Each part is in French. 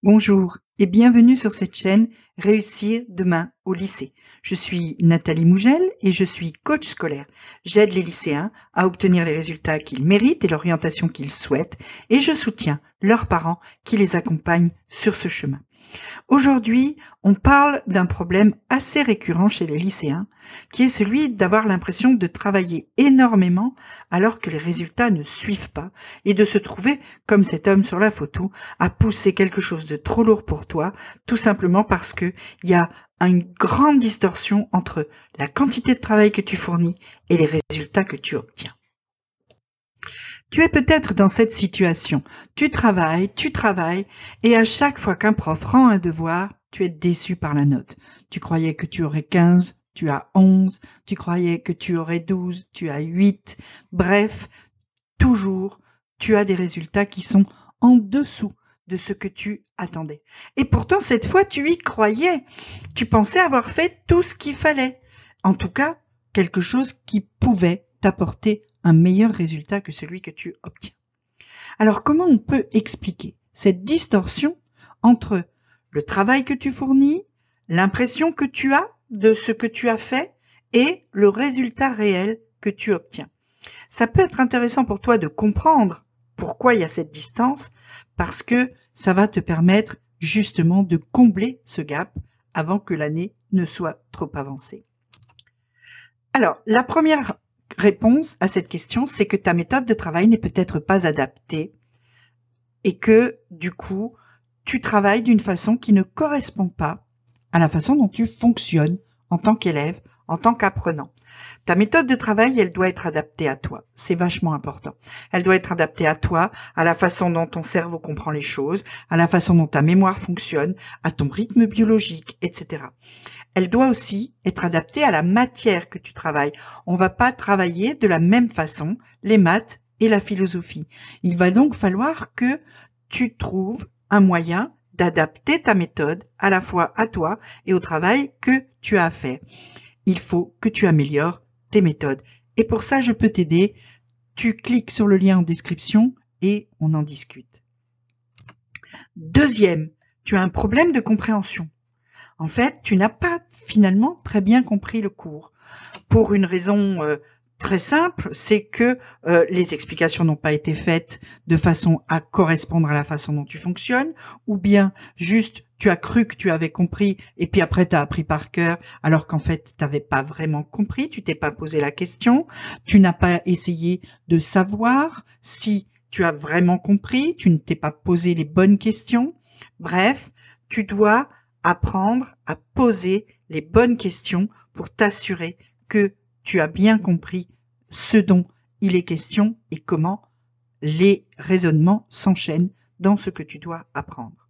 Bonjour et bienvenue sur cette chaîne Réussir demain au lycée. Je suis Nathalie Mougel et je suis coach scolaire. J'aide les lycéens à obtenir les résultats qu'ils méritent et l'orientation qu'ils souhaitent et je soutiens leurs parents qui les accompagnent sur ce chemin. Aujourd'hui, on parle d'un problème assez récurrent chez les lycéens, qui est celui d'avoir l'impression de travailler énormément alors que les résultats ne suivent pas, et de se trouver, comme cet homme sur la photo, à pousser quelque chose de trop lourd pour toi, tout simplement parce que il y a une grande distorsion entre la quantité de travail que tu fournis et les résultats que tu obtiens. Tu es peut-être dans cette situation. Tu travailles, et à chaque fois qu'un prof rend un devoir, tu es déçu par la note. Tu croyais que tu aurais 15, tu as 11, tu croyais que tu aurais 12, tu as 8. Bref, toujours, tu as des résultats qui sont en dessous de ce que tu attendais. Et pourtant, cette fois, tu y croyais. Tu pensais avoir fait tout ce qu'il fallait. En tout cas, quelque chose qui pouvait t'apporter un meilleur résultat que celui que tu obtiens. Alors, comment on peut expliquer cette distorsion entre le travail que tu fournis, l'impression que tu as de ce que tu as fait et le résultat réel que tu obtiens? Ça peut être intéressant pour toi de comprendre pourquoi il y a cette distance, parce que ça va te permettre justement de combler ce gap avant que l'année ne soit trop avancée. Alors, la première réponse à cette question, c'est que ta méthode de travail n'est peut-être pas adaptée et que, du coup, tu travailles d'une façon qui ne correspond pas à la façon dont tu fonctionnes en tant qu'élève, en tant qu'apprenant. Ta méthode de travail, elle doit être adaptée à toi. C'est vachement important. Elle doit être adaptée à toi, à la façon dont ton cerveau comprend les choses, à la façon dont ta mémoire fonctionne, à ton rythme biologique, etc. Elle doit aussi être adaptée à la matière que tu travailles. On va pas travailler de la même façon les maths et la philosophie. Il va donc falloir que tu trouves un moyen d'adapter ta méthode à la fois à toi et au travail que tu as fait. Il faut que tu améliores tes méthodes. Et pour ça, je peux t'aider. Tu cliques sur le lien en description et on en discute. Deuxième, tu as un problème de compréhension. En fait, tu n'as pas finalement très bien compris le cours. Pour une raison très simple, c'est que les explications n'ont pas été faites de façon à correspondre à la façon dont tu fonctionnes, ou bien juste tu as cru que tu avais compris et puis après tu as appris par cœur alors qu'en fait tu n'avais pas vraiment compris, tu t'es pas posé la question, tu n'as pas essayé de savoir si tu as vraiment compris, tu ne t'es pas posé les bonnes questions. Bref, tu dois apprendre à poser les bonnes questions pour t'assurer que tu as bien compris ce dont il est question et comment les raisonnements s'enchaînent dans ce que tu dois apprendre.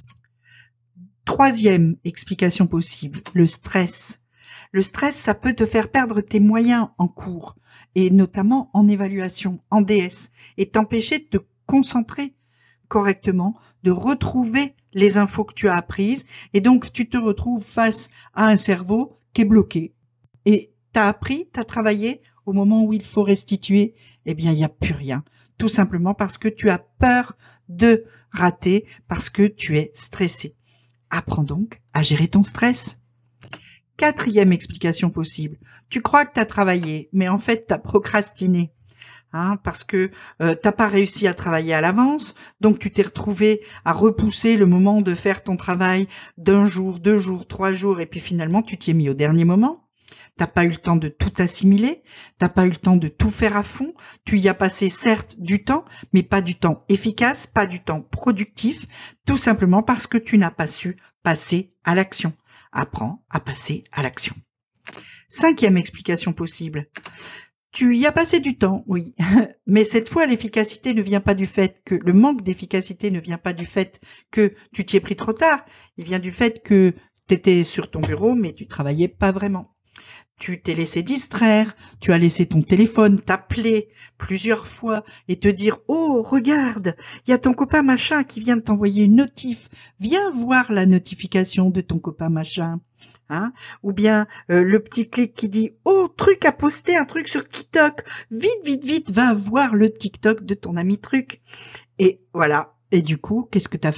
Troisième explication possible, le stress. Le stress, ça peut te faire perdre tes moyens en cours et notamment en évaluation, en DS, et t'empêcher de te concentrer correctement, de retrouver les infos que tu as apprises, et donc tu te retrouves face à un cerveau qui est bloqué. Et tu as appris, tu as travaillé, au moment où il faut restituer, eh bien il n'y a plus rien. Tout simplement parce que tu as peur de rater, parce que tu es stressé. Apprends donc à gérer ton stress. Quatrième explication possible. Tu crois que tu as travaillé, mais en fait tu as procrastiné. Parce que t'as pas réussi à travailler à l'avance, donc tu t'es retrouvé à repousser le moment de faire ton travail d'un jour, 2 jours, 3 jours, et puis finalement tu t'y es mis au dernier moment. T'as pas eu le temps de tout assimiler, t'as pas eu le temps de tout faire à fond, tu y as passé certes du temps, mais pas du temps efficace, pas du temps productif, tout simplement parce que tu n'as pas su passer à l'action. Apprends à passer à l'action. Cinquième explication possible. Tu y as passé du temps, oui, mais cette fois l'efficacité ne vient pas du fait que le manque d'efficacité ne vient pas du fait que tu t'y es pris trop tard, il vient du fait que tu étais sur ton bureau mais tu travaillais pas vraiment. Tu t'es laissé distraire, tu as laissé ton téléphone t'appeler plusieurs fois et te dire « Oh, regarde, il y a ton copain machin qui vient de t'envoyer une notif, viens voir la notification de ton copain machin. » Ou bien le petit clic qui dit « Oh, truc à poster, un truc sur TikTok, vite, va voir le TikTok de ton ami truc. » Et voilà, et du coup, qu'est-ce que t'as fait ?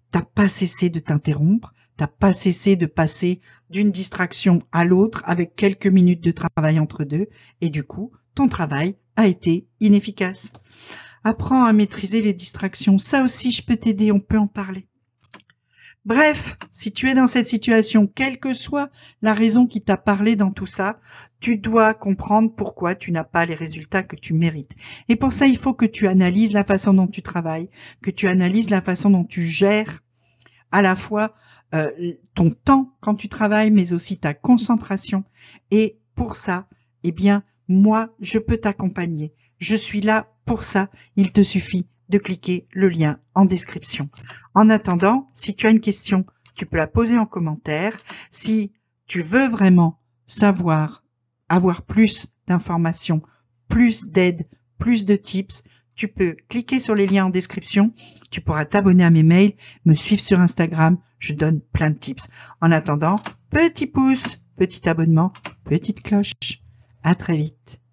t'as pas cessé de t'interrompre, t'as pas cessé de passer d'une distraction à l'autre avec quelques minutes de travail entre deux, et du coup, ton travail a été inefficace. Apprends à maîtriser les distractions. Ça aussi, je peux t'aider, on peut en parler. Bref, si tu es dans cette situation, quelle que soit la raison qui t'a parlé dans tout ça, tu dois comprendre pourquoi tu n'as pas les résultats que tu mérites. Et pour ça, il faut que tu analyses la façon dont tu travailles, que tu analyses la façon dont tu gères à la fois ton temps quand tu travailles, mais aussi ta concentration. Et pour ça, eh bien, moi, je peux t'accompagner. Je suis là pour ça. Il te suffit de cliquer le lien en description. En attendant, si tu as une question, tu peux la poser en commentaire. Si tu veux vraiment savoir, avoir plus d'informations, plus d'aide, plus de tips, tu peux cliquer sur les liens en description. Tu pourras t'abonner à mes mails, me suivre sur Instagram. Je donne plein de tips. En attendant, petit pouce, petit abonnement, petite cloche. À très vite.